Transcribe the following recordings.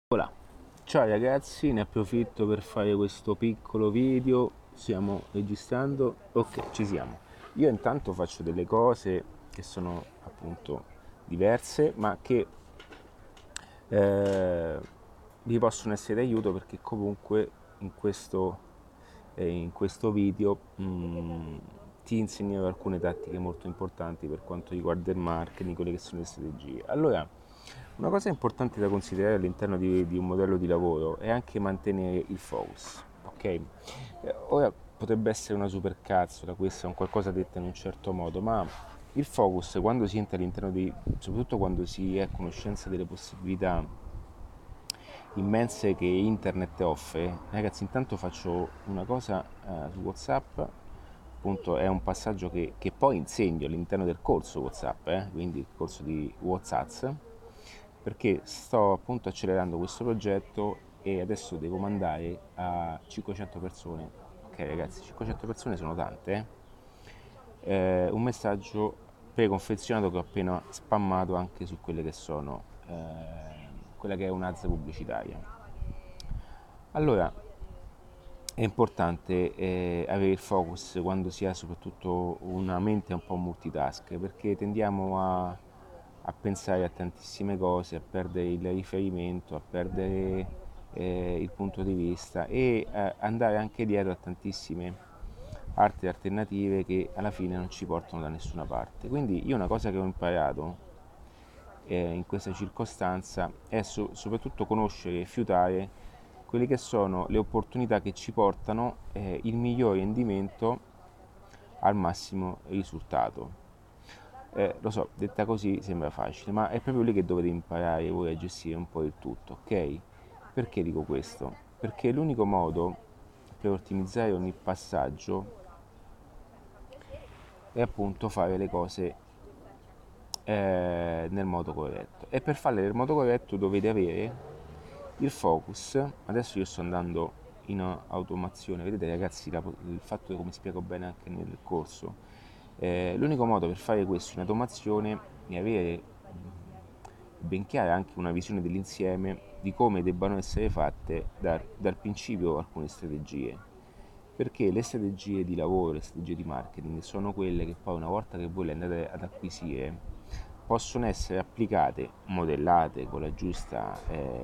Voilà. Ciao ragazzi, ne approfitto per fare questo piccolo video. Stiamo registrando? Ok, ci siamo. Io intanto faccio delle cose che sono appunto diverse, ma che vi possono essere d'aiuto, perché comunque in questo video ti insegnerò alcune tattiche molto importanti per quanto riguarda il marketing, quelle che sono le strategie. Allora, una cosa importante da considerare all'interno di un modello di lavoro è anche mantenere il focus, ok? Ora potrebbe essere una supercazzola, questa è un qualcosa detta in un certo modo, ma il focus, quando si entra all'interno soprattutto quando si è a conoscenza delle possibilità immense che internet offre, ragazzi, intanto faccio una cosa su WhatsApp, appunto è un passaggio che poi insegno all'interno del corso WhatsApp, quindi il corso di WhatsApp, perché sto appunto accelerando questo progetto e adesso devo mandare a 500 persone, ok ragazzi, 500 persone sono tante, un messaggio preconfezionato che ho appena spammato anche su quelle che sono quella che è un'ads pubblicitaria. Allora, è importante avere il focus quando si ha soprattutto una mente un po' multitask, perché tendiamo a pensare a tantissime cose, a perdere il riferimento, a perdere il punto di vista e andare anche dietro a tantissime altre alternative che alla fine non ci portano da nessuna parte. Quindi io una cosa che ho imparato in questa circostanza è soprattutto conoscere e fiutare quelle che sono le opportunità che ci portano il miglior rendimento al massimo risultato. Lo so, detta così sembra facile, ma è proprio lì che dovete imparare voi a gestire un po' il tutto, ok? Perché dico questo? Perché l'unico modo per ottimizzare ogni passaggio è appunto fare le cose nel modo corretto, e per farle nel modo corretto dovete avere il focus. Adesso io sto andando in automazione, vedete ragazzi il fatto che, come spiego bene anche nel corso, l'unico modo per fare questo in automazione è avere ben chiara anche una visione dell'insieme di come debbano essere fatte dal principio alcune strategie, perché le strategie di lavoro, le strategie di marketing sono quelle che poi, una volta che voi le andate ad acquisire, possono essere applicate, modellate con la giusta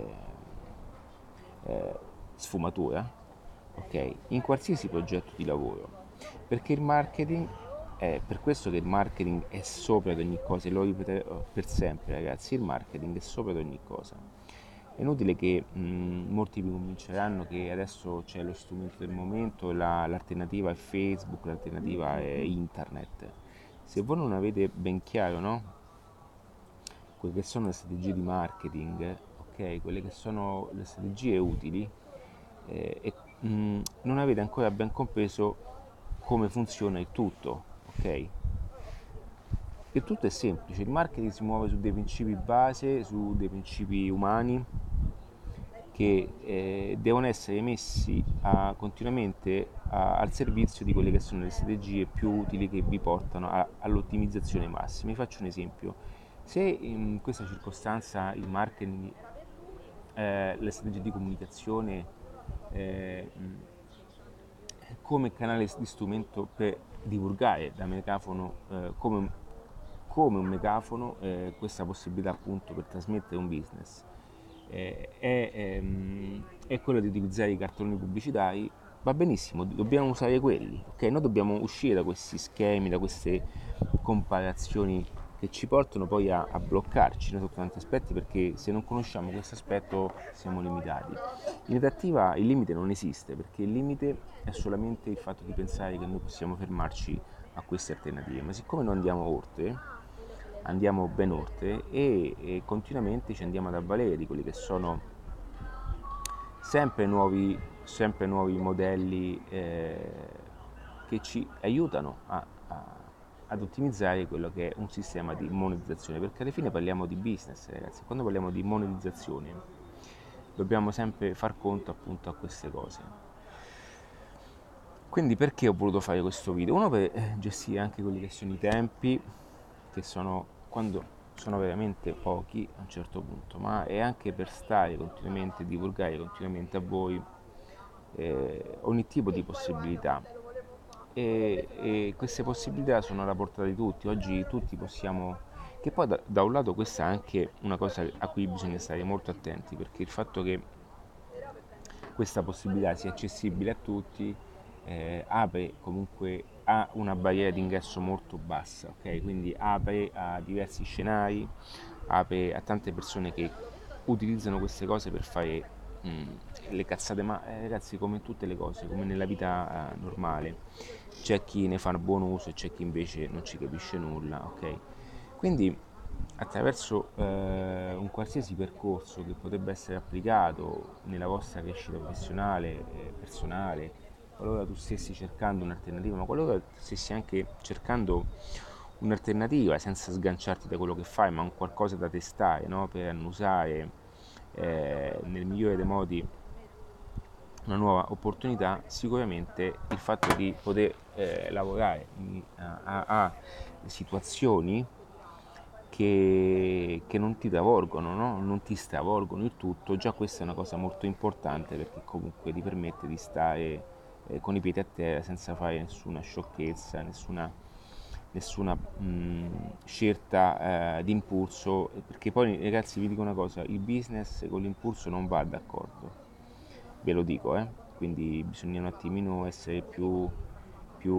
sfumatura, ok, in qualsiasi progetto di lavoro. Perché il marketing è per questo che il marketing è sopra ad ogni cosa, e lo ripeterò per sempre ragazzi, il marketing è sopra ad ogni cosa. È inutile che molti vi convinceranno che adesso c'è lo strumento del momento, l'alternativa è Facebook, l'alternativa è internet. Se voi non avete ben chiaro, no, quelle che sono le strategie di marketing, ok, quelle che sono le strategie utili, e non avete ancora ben compreso come funziona il tutto, ok? Il tutto è semplice, il marketing si muove su dei principi base, su dei principi umani che devono essere messi continuamente al servizio di quelle che sono le strategie più utili che vi portano all'ottimizzazione massima. Vi faccio un esempio: se in questa circostanza il marketing, le strategie di comunicazione come canale di strumento per divulgare da megafono, come un megafono, questa possibilità appunto per trasmettere un business, è quello di utilizzare i cartelloni pubblicitari, va benissimo, dobbiamo usare quelli, ok? Noi dobbiamo uscire da questi schemi, da queste comparazioni che ci portano poi a bloccarci, no, sotto tanti aspetti, perché se non conosciamo questo aspetto siamo limitati. In realtà il limite non esiste, perché il limite è solamente il fatto di pensare che noi possiamo fermarci a queste alternative, ma siccome noi andiamo oltre, andiamo ben oltre e continuamente ci andiamo ad avvalere di quelli che sono sempre nuovi modelli che ci aiutano ad ottimizzare quello che è un sistema di monetizzazione, perché alla fine parliamo di business, ragazzi. Quando parliamo di monetizzazione dobbiamo sempre far conto appunto a queste cose. Quindi perché ho voluto fare questo video? Uno, per gestire anche quelli che sono i tempi, che sono quando sono veramente pochi a un certo punto, ma è anche per stare continuamente, divulgare continuamente a voi ogni tipo di possibilità. E queste possibilità sono alla portata di tutti. Oggi tutti possiamo, che poi da un lato questa è anche una cosa a cui bisogna stare molto attenti, perché il fatto che questa possibilità sia accessibile a tutti apre comunque a una barriera d'ingresso molto bassa, ok? Quindi apre a diversi scenari, apre a tante persone che utilizzano queste cose per fare le cazzate, ma ragazzi, come in tutte le cose, come nella vita normale, c'è chi ne fa buon uso e c'è chi invece non ci capisce nulla, ok? Quindi attraverso un qualsiasi percorso che potrebbe essere applicato nella vostra crescita professionale e personale, qualora tu stessi cercando un'alternativa, ma qualora tu stessi anche cercando un'alternativa senza sganciarti da quello che fai, ma un qualcosa da testare, no? Per annusare nel migliore dei modi una nuova opportunità, sicuramente il fatto di poter lavorare a situazioni che non ti travolgono, no? Non ti stravolgono il tutto, già questa è una cosa molto importante perché comunque ti permette di stare con i piedi a terra senza fare nessuna sciocchezza, nessuna scelta di impulso, perché poi ragazzi vi dico una cosa, il business con l'impulso non va d'accordo, ve lo dico, quindi bisogna un attimino essere più,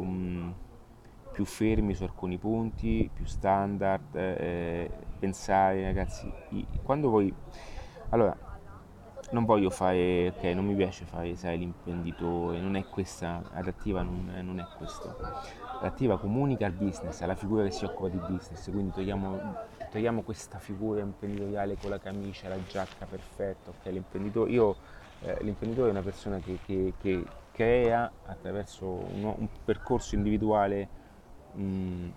più fermi su alcuni punti, più standard, pensare ragazzi, quando voi... Allora, non voglio fare, ok, non mi piace fare, sai, l'imprenditore, non è questa, adattiva non è questo. Adattiva comunica al business, alla figura che si occupa di business, quindi togliamo questa figura imprenditoriale con la camicia, la giacca perfetta, ok, l'imprenditore è una persona che crea attraverso un percorso individuale mh,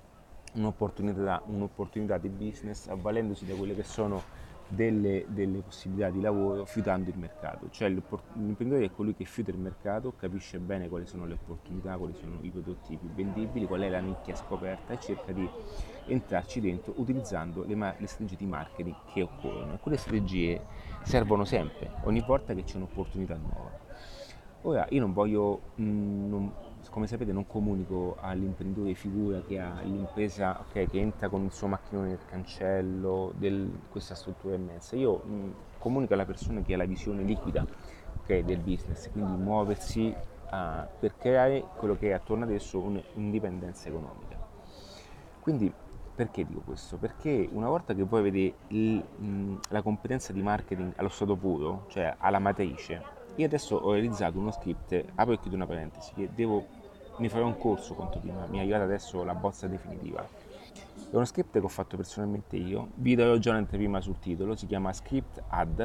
un'opportunità di business avvalendosi da quelle che sono delle possibilità di lavoro, fiutando il mercato. Cioè l'imprenditore è colui che fiuta il mercato, capisce bene quali sono le opportunità, quali sono i prodotti più vendibili, qual è la nicchia scoperta e cerca di entrarci dentro utilizzando le strategie di marketing che occorrono. E quelle strategie servono sempre, ogni volta che c'è un'opportunità nuova. Ora, io non voglio, come sapete, non comunico all'imprenditore figura che ha l'impresa, ok, che entra con il suo macchinone nel cancello, questa struttura immensa. Io comunico alla persona che ha la visione liquida, ok, del business, quindi muoversi per creare quello che è attorno adesso un'indipendenza economica. Quindi perché dico questo? Perché una volta che voi avete la competenza di marketing allo stato puro, cioè alla matrice, io adesso ho realizzato uno script, apro e chiudo una parentesi, mi farò un corso quanto prima, mi è arrivata adesso la bozza definitiva. È uno script che ho fatto personalmente io, vi darò già un'anteprima sul titolo, si chiama Script Ad,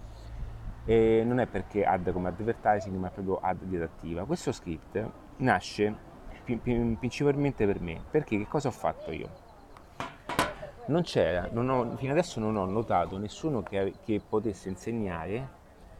e non è perché ad come advertising, ma proprio ad di adattiva. Questo script nasce principalmente per me, perché che cosa ho fatto io? Non c'era, fino adesso non ho notato nessuno che potesse insegnare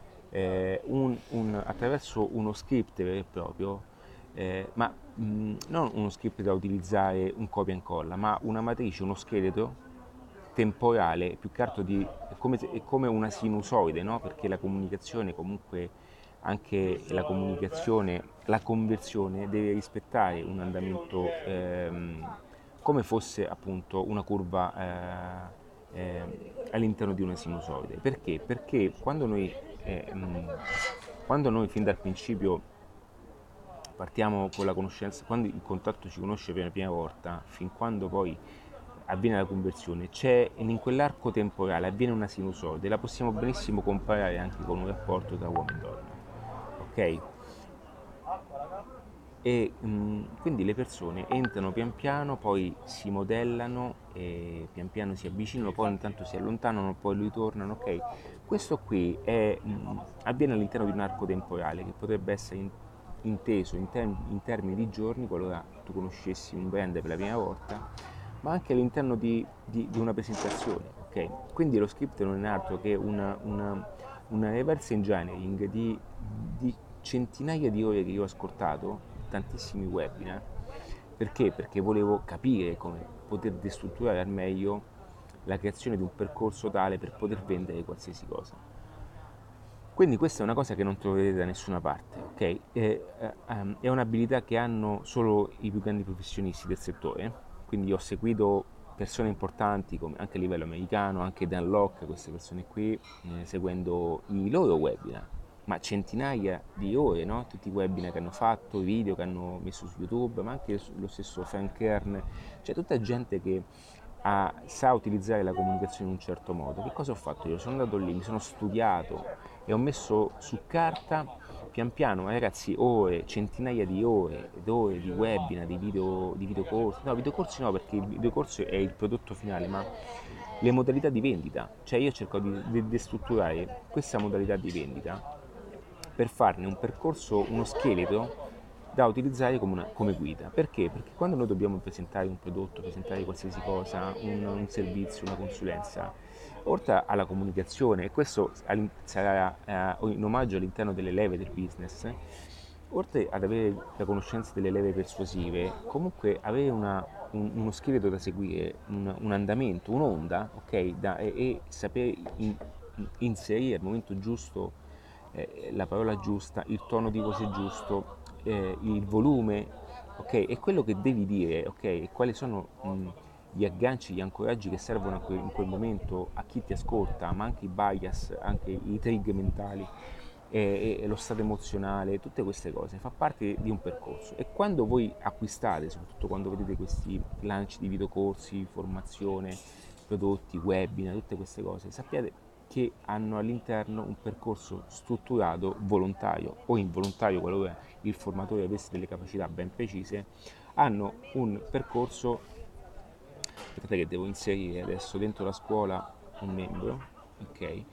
attraverso uno script vero e proprio, ma non uno script da utilizzare un copia e incolla, ma una matrice, uno scheletro temporale, più che altro è come una sinusoide, no? Perché la comunicazione comunque, anche la comunicazione, la conversione deve rispettare un andamento come fosse appunto una curva all'interno di una sinusoide. Perché? Perché quando noi fin dal principio partiamo con la conoscenza, quando il contatto ci conosce per la prima volta, fin quando poi avviene la conversione, c'è in quell'arco temporale avviene una sinusoide, la possiamo benissimo comparare anche con un rapporto tra uomo e donna, ok? E quindi le persone entrano pian piano, poi si modellano, e pian piano si avvicinano, poi intanto si allontanano, poi ritornano, ok? Questo qui avviene all'interno di un arco temporale che potrebbe essere inteso in termini di giorni, qualora tu conoscessi un brand per la prima volta, ma anche all'interno di una presentazione, ok? Quindi lo script non è altro che una reverse engineering di centinaia di ore che io ho ascoltato, tantissimi webinar, Perché? Perché volevo capire come poter destrutturare al meglio la creazione di un percorso tale per poter vendere qualsiasi cosa. Quindi questa è una cosa che non troverete da nessuna parte, ok? È un'abilità che hanno solo i più grandi professionisti del settore. Quindi ho seguito persone importanti come anche a livello americano, anche Dan Locke, queste persone qui, seguendo i loro webinar, ma centinaia di ore, no? Tutti i webinar che hanno fatto, i video che hanno messo su YouTube, ma anche lo stesso Frank Kern, cioè tutta gente che sa utilizzare la comunicazione in un certo modo. Che cosa ho fatto io? Sono andato lì, mi sono studiato e ho messo su carta pian piano, ragazzi, ore, centinaia di ore ed ore di webinar, di videocorsi. No, videocorsi no, perché il videocorso è il prodotto finale, ma le modalità di vendita. Cioè io cerco di destrutturare questa modalità di vendita per farne un percorso, uno scheletro da utilizzare come guida. Perché? Perché quando noi dobbiamo presentare un prodotto, presentare qualsiasi cosa, un servizio, una consulenza, oltre alla comunicazione, e questo sarà in omaggio all'interno delle leve del business, oltre ad avere la conoscenza delle leve persuasive, comunque avere uno scheletro da seguire, un andamento, un'onda, ok? E sapere inserire al momento giusto la parola giusta, il tono di voce giusto, il volume, ok? E quello che devi dire, ok? E quali sono gli agganci, gli ancoraggi che servono in quel momento a chi ti ascolta, ma anche i bias, anche i trigger mentali e lo stato emozionale, tutte queste cose, fa parte di un percorso. E quando voi acquistate, soprattutto quando vedete questi lanci di videocorsi, formazione, prodotti, webinar, tutte queste cose, sappiate che hanno all'interno un percorso strutturato, volontario o involontario, qualora il formatore avesse delle capacità ben precise, hanno un percorso. Aspettate che devo inserire adesso dentro la scuola un membro, ok?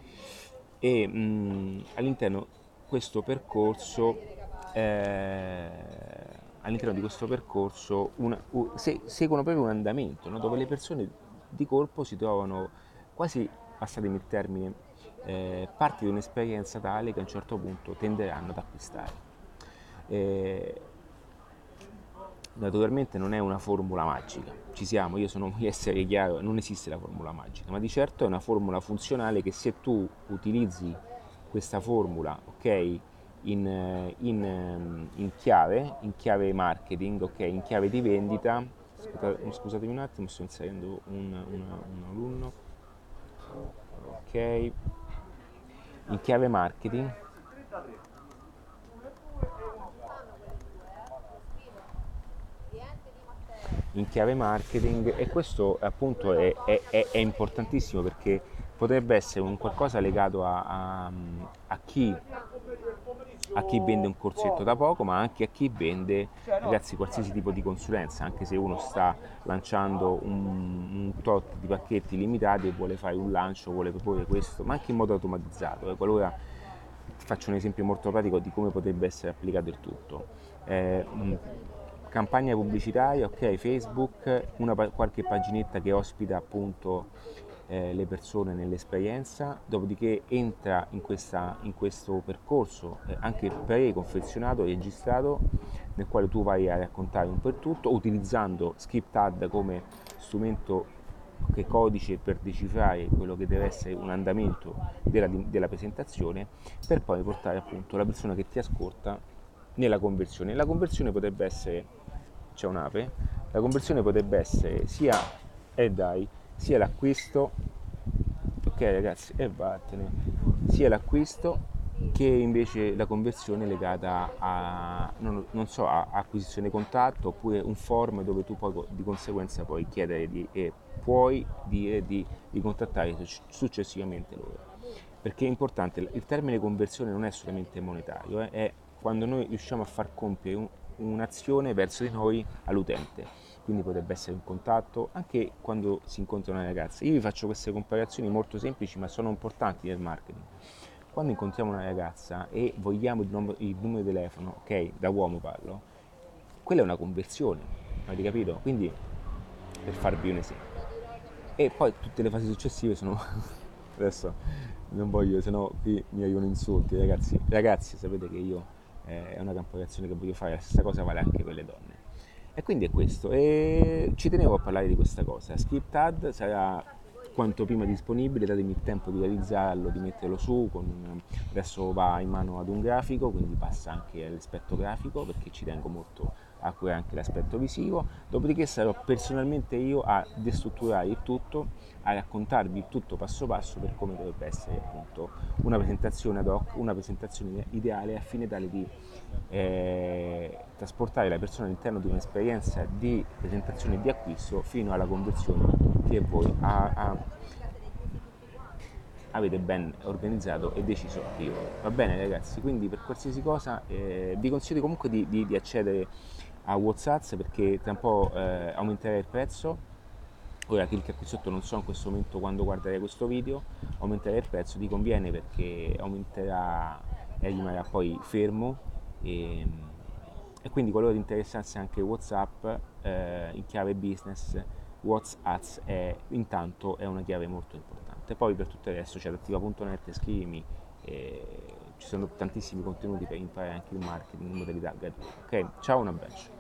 E all'interno questo percorso all'interno di questo percorso seguono proprio un andamento, no? Dove le persone di colpo si trovano quasi, passatemi il termine, parte di un'esperienza tale che a un certo punto tenderanno ad acquistare. Naturalmente non è una formula magica, ci siamo, voglio essere chiaro, non esiste la formula magica, ma di certo è una formula funzionale che se tu utilizzi questa formula, ok, in chiave marketing, ok, in chiave di vendita, scusatemi un attimo, sto inserendo un alunno, ok, in chiave marketing. In chiave marketing, e questo appunto è importantissimo perché potrebbe essere un qualcosa legato a chi vende un corsetto da poco, ma anche a chi vende, ragazzi, qualsiasi tipo di consulenza, anche se uno sta lanciando un tot di pacchetti limitati e vuole fare un lancio, vuole proporre questo, ma anche in modo automatizzato. Qualora ti faccio un esempio molto pratico di come potrebbe essere applicato il tutto. Campagna pubblicitaria, ok, Facebook, qualche paginetta che ospita appunto le persone nell'esperienza, dopodiché entra in questo percorso anche pre-confezionato e registrato, nel quale tu vai a raccontare un po' il tutto utilizzando ScriptAd come strumento, che codice per decifrare quello che deve essere un andamento della presentazione, per poi portare appunto la persona che ti ascolta nella conversione. La conversione potrebbe essere, c'è un'ape, la conversione potrebbe essere sia sia l'acquisto, ok ragazzi, e vattene, sia l'acquisto che invece la conversione legata a, non so, a acquisizione contatto, oppure un form dove tu poi di conseguenza puoi chiedere e puoi dire di contattare successivamente loro. Perché è importante, il termine conversione non è solamente monetario, è quando noi riusciamo a far compiere un'azione verso di noi all'utente. Quindi potrebbe essere un contatto, anche quando si incontra una ragazza. Io vi faccio queste comparazioni molto semplici, ma sono importanti nel marketing. Quando incontriamo una ragazza e vogliamo il numero di telefono, ok, da uomo parlo, quella è una conversione, avete capito? Quindi, per farvi un esempio. E poi tutte le fasi successive sono adesso non voglio, sennò qui mi arrivano insulti, ragazzi, sapete che io è una comparazione che voglio fare, la stessa cosa vale anche per le donne. E quindi è questo, e ci tenevo a parlare di questa cosa. ScriptAd sarà quanto prima disponibile, datemi il tempo di realizzarlo, di metterlo su, adesso va in mano ad un grafico, quindi passa anche all'aspetto grafico, perché ci tengo molto a curare anche l'aspetto visivo, dopodiché sarò personalmente io a destrutturare il tutto, a raccontarvi il tutto passo passo per come dovrebbe essere appunto una presentazione ad hoc, una presentazione ideale a fine tale di trasportare la persona all'interno di un'esperienza di presentazione e di acquisto fino alla conversione che voi avete ben organizzato e deciso prima. Va bene ragazzi, quindi per qualsiasi cosa vi consiglio comunque di accedere a WhatsApp, perché tra un po' aumenterà il prezzo. Ora clicca qui sotto, non so in questo momento quando guarderei questo video, aumenterà il prezzo, ti conviene perché aumenterà e rimarrà poi fermo, e, e quindi qualora ti interessasse anche WhatsApp in chiave business, WhatsApp intanto è una chiave molto importante. Poi per tutto il resto c'è attiva.net, scrivimi, ci sono tantissimi contenuti per imparare anche il marketing in modalità gratuita. Ok, ciao, un abbraccio.